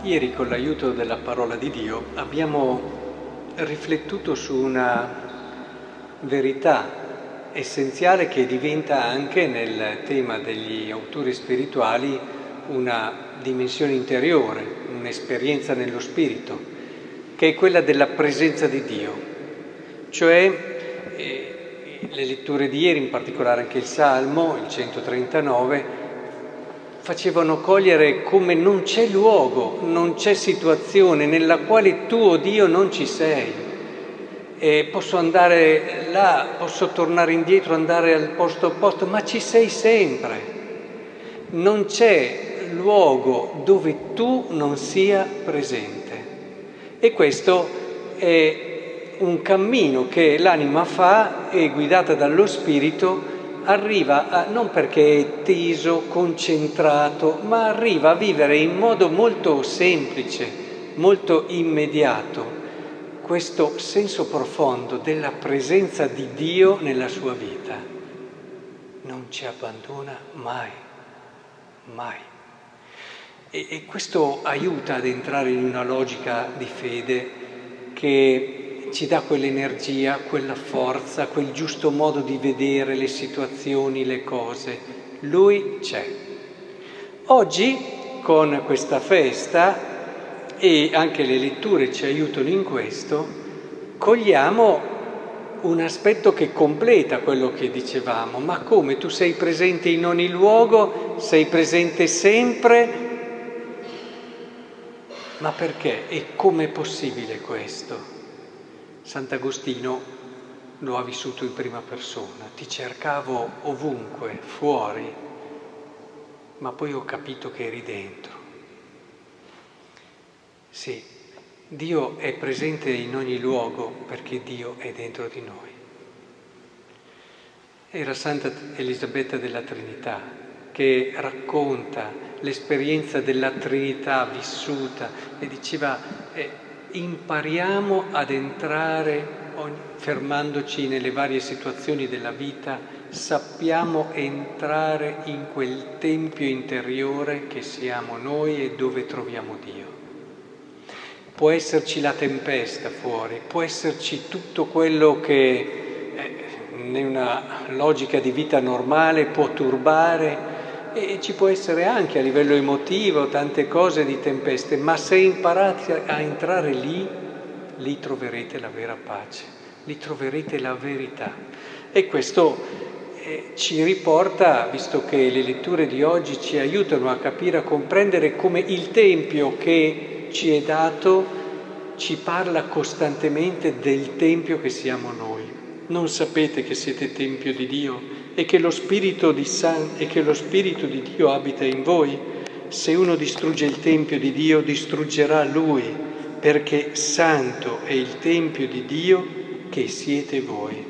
Ieri, con l'aiuto della parola di Dio, abbiamo riflettuto su una verità essenziale che diventa anche nel tema degli autori spirituali una dimensione interiore, un'esperienza nello spirito, che è quella della presenza di Dio. Cioè, le letture di ieri, in particolare anche il Salmo, il 139, facevano cogliere come non c'è luogo, non c'è situazione nella quale tu, o Dio, non ci sei. Posso andare là, posso tornare indietro, andare al posto opposto, ma ci sei sempre. Non c'è luogo dove tu non sia presente. E questo è un cammino che l'anima fa e, guidata dallo Spirito, arriva a, non perché è teso, concentrato, ma arriva a vivere in modo molto semplice, molto immediato, questo senso profondo della presenza di Dio nella sua vita. Non ci abbandona mai, mai. E questo aiuta ad entrare in una logica di fede che ci dà quell'energia, quella forza, quel giusto modo di vedere le situazioni, le cose. Lui c'è. Oggi, con questa festa, e anche le letture ci aiutano in questo, cogliamo un aspetto che completa quello che dicevamo. Ma come? Tu sei presente in ogni luogo, sei presente sempre? Ma perché? E com'è possibile questo? Sant'Agostino lo ha vissuto in prima persona. Ti cercavo ovunque, fuori, ma poi ho capito che eri dentro. Sì, Dio è presente in ogni luogo perché Dio è dentro di noi. Era Santa Elisabetta della Trinità che racconta l'esperienza della Trinità vissuta e diceva impariamo ad entrare, fermandoci nelle varie situazioni della vita, sappiamo entrare in quel tempio interiore che siamo noi e dove troviamo Dio. Può esserci la tempesta fuori, può esserci tutto quello che in una logica di vita normale può turbare, e ci può essere anche a livello emotivo tante cose di tempeste, ma se imparate a entrare lì, lì troverete la vera pace, lì troverete la verità. E questo ci riporta, visto che le letture di oggi ci aiutano a capire, a comprendere come il Tempio che ci è dato ci parla costantemente del Tempio che siamo noi. Non sapete che siete Tempio di Dio e che lo Spirito di Dio abita in voi? Se uno distrugge il Tempio di Dio, distruggerà Lui, perché santo è il Tempio di Dio che siete voi.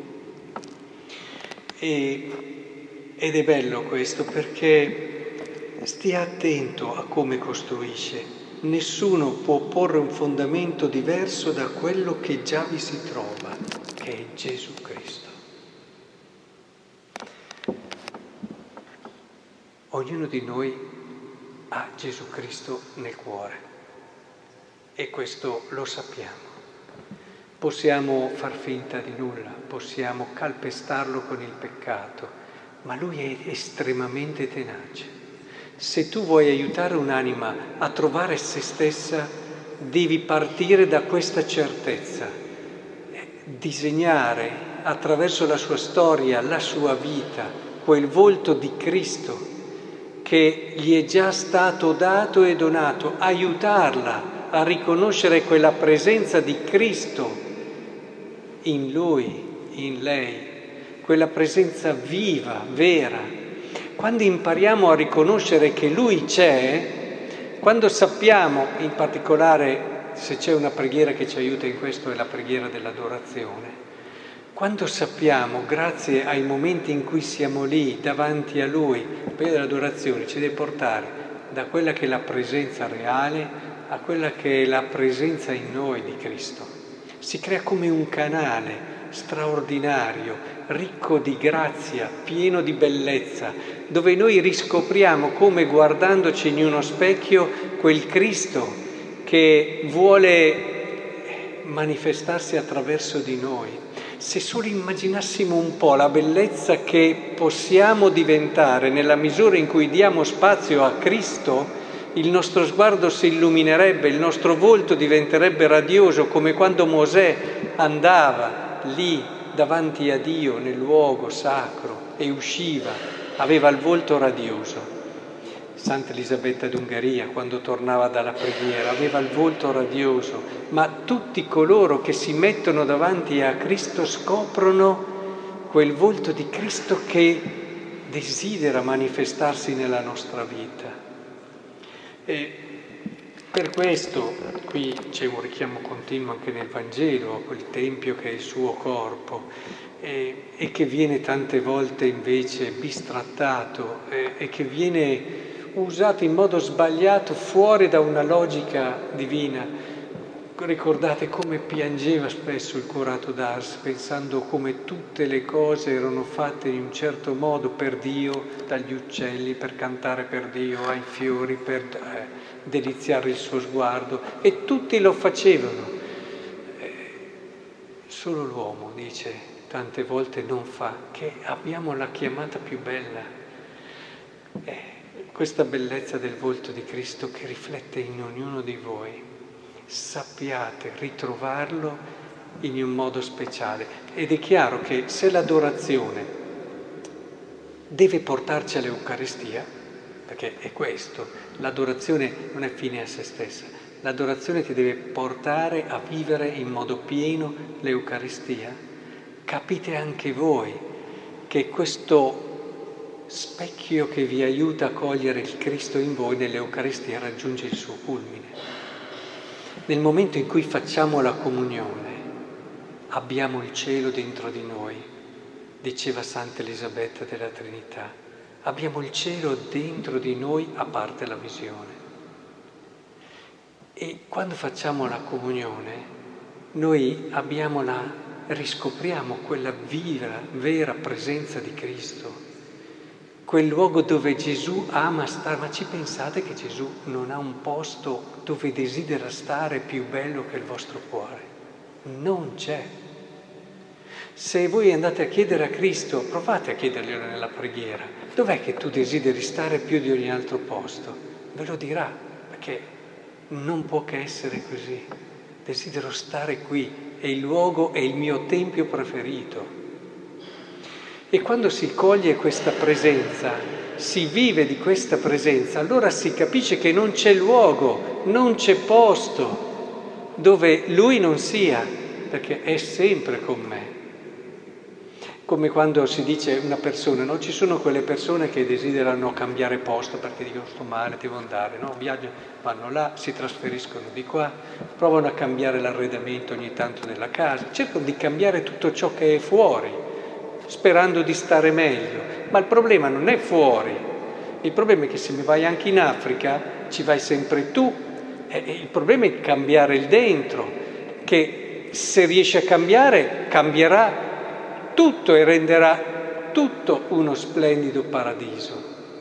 Ed è bello questo, perché stia attento a come costruisce. Nessuno può porre un fondamento diverso da quello che già vi si trova, che è Gesù Cristo. Ognuno di noi ha Gesù Cristo nel cuore e questo lo sappiamo. Possiamo far finta di nulla, possiamo calpestarlo con il peccato, ma Lui è estremamente tenace. Se tu vuoi aiutare un'anima a trovare se stessa, devi partire da questa certezza, disegnare attraverso la sua storia, la sua vita, quel volto di Cristo che gli è già stato dato e donato, aiutarla a riconoscere quella presenza di Cristo in lui, in lei, quella presenza viva, vera. Quando impariamo a riconoscere che Lui c'è, quando sappiamo, in particolare se c'è una preghiera che ci aiuta in questo, è la preghiera dell'adorazione, quando sappiamo, grazie ai momenti in cui siamo lì davanti a Lui, la preghiera dell'adorazione ci deve portare da quella che è la presenza reale a quella che è la presenza in noi di Cristo. Si crea come un canale straordinario, ricco di grazia, pieno di bellezza, dove noi riscopriamo come guardandoci in uno specchio quel Cristo che vuole manifestarsi attraverso di noi. Se solo immaginassimo un po' la bellezza che possiamo diventare nella misura in cui diamo spazio a Cristo, il nostro sguardo si illuminerebbe, il nostro volto diventerebbe radioso, come quando Mosè andava lì davanti a Dio nel luogo sacro e usciva, aveva il volto radioso. Santa Elisabetta d'Ungheria, quando tornava dalla preghiera, aveva il volto radioso, ma tutti coloro che si mettono davanti a Cristo scoprono quel volto di Cristo che desidera manifestarsi nella nostra vita. E per questo qui c'è un richiamo continuo anche nel Vangelo a quel Tempio che è il suo corpo e che viene tante volte invece bistrattato e che viene usato in modo sbagliato fuori da una logica divina. Ricordate come piangeva spesso il curato d'Ars, pensando come tutte le cose erano fatte in un certo modo per Dio, dagli uccelli per cantare per Dio, ai fiori per deliziare il suo sguardo, e tutti lo facevano. Solo l'uomo, dice, tante volte non fa, che abbiamo la chiamata più bella. Questa bellezza del volto di Cristo che riflette in ognuno di voi, sappiate ritrovarlo in un modo speciale. Ed è chiaro che se l'adorazione deve portarci all'Eucaristia, perché è questo, l'adorazione non è fine a se stessa, l'adorazione ti deve portare a vivere in modo pieno l'Eucaristia, capite anche voi che questo specchio che vi aiuta a cogliere il Cristo in voi nell'Eucaristia raggiunge il suo culmine. Nel momento in cui facciamo la comunione, abbiamo il cielo dentro di noi, diceva Santa Elisabetta della Trinità. Abbiamo il cielo dentro di noi, a parte la visione. E quando facciamo la comunione, noi riscopriamo quella vera presenza di Cristo, quel luogo dove Gesù ama stare. Ma ci pensate che Gesù non ha un posto dove desidera stare più bello che il vostro cuore? Non c'è. Se voi andate a chiedere a Cristo, provate a chiederglielo nella preghiera, dov'è che tu desideri stare più di ogni altro posto? Ve lo dirà, perché non può che essere così. Desidero stare qui, è il luogo, è il mio tempio preferito. E quando si coglie questa presenza, si vive di questa presenza, allora si capisce che non c'è luogo, non c'è posto dove Lui non sia, perché è sempre con me. Come quando si dice una persona, no? Ci sono quelle persone che desiderano cambiare posto perché dicono sto male, devo andare, no? Viaggiano, vanno là, si trasferiscono di qua, provano a cambiare l'arredamento ogni tanto nella casa, cercano di cambiare tutto ciò che è fuori, sperando di stare meglio. Ma il problema non è fuori, il problema è che se mi vai anche in Africa ci vai sempre tu. Il problema è cambiare il dentro, che se riesci a cambiare, cambierà tutto e renderà tutto uno splendido paradiso.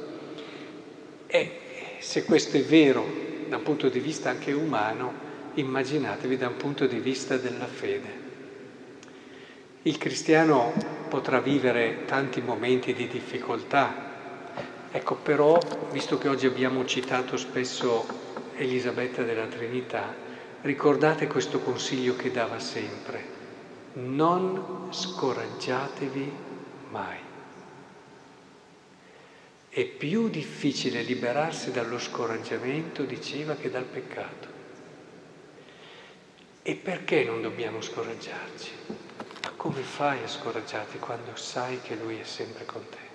E se questo è vero da un punto di vista anche umano, immaginatevi da un punto di vista della fede. Il cristiano potrà vivere tanti momenti di difficoltà. Ecco, però, visto che oggi abbiamo citato spesso Elisabetta della Trinità, ricordate questo consiglio che dava sempre: non scoraggiatevi mai. È più difficile liberarsi dallo scoraggiamento, diceva, che dal peccato. E perché non dobbiamo scoraggiarci? Ma come fai a scoraggiarti quando sai che Lui è sempre con te?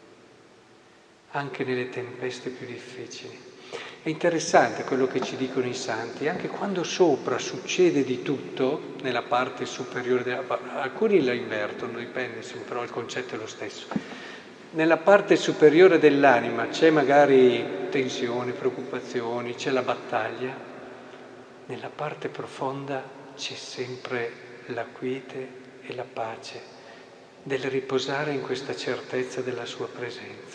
Anche nelle tempeste più difficili. È interessante quello che ci dicono i santi, anche quando sopra succede di tutto, nella parte superiore, alcuni la invertono, dipende, però il concetto è lo stesso. Nella parte superiore dell'anima c'è magari tensione, preoccupazioni, c'è la battaglia, nella parte profonda c'è sempre la quiete e la pace del riposare in questa certezza della sua presenza.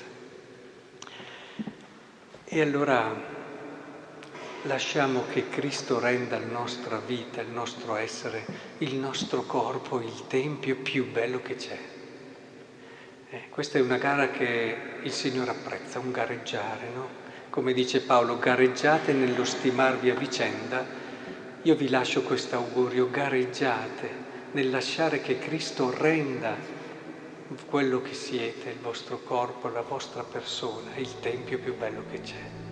E allora lasciamo che Cristo renda la nostra vita, il nostro essere, il nostro corpo, il tempio più bello che c'è. Questa è una gara che il Signore apprezza, un gareggiare, no? Come dice Paolo, gareggiate nello stimarvi a vicenda. Io vi lascio questo augurio, gareggiate nel lasciare che Cristo renda quello che siete, il vostro corpo, la vostra persona, il tempio più bello che c'è.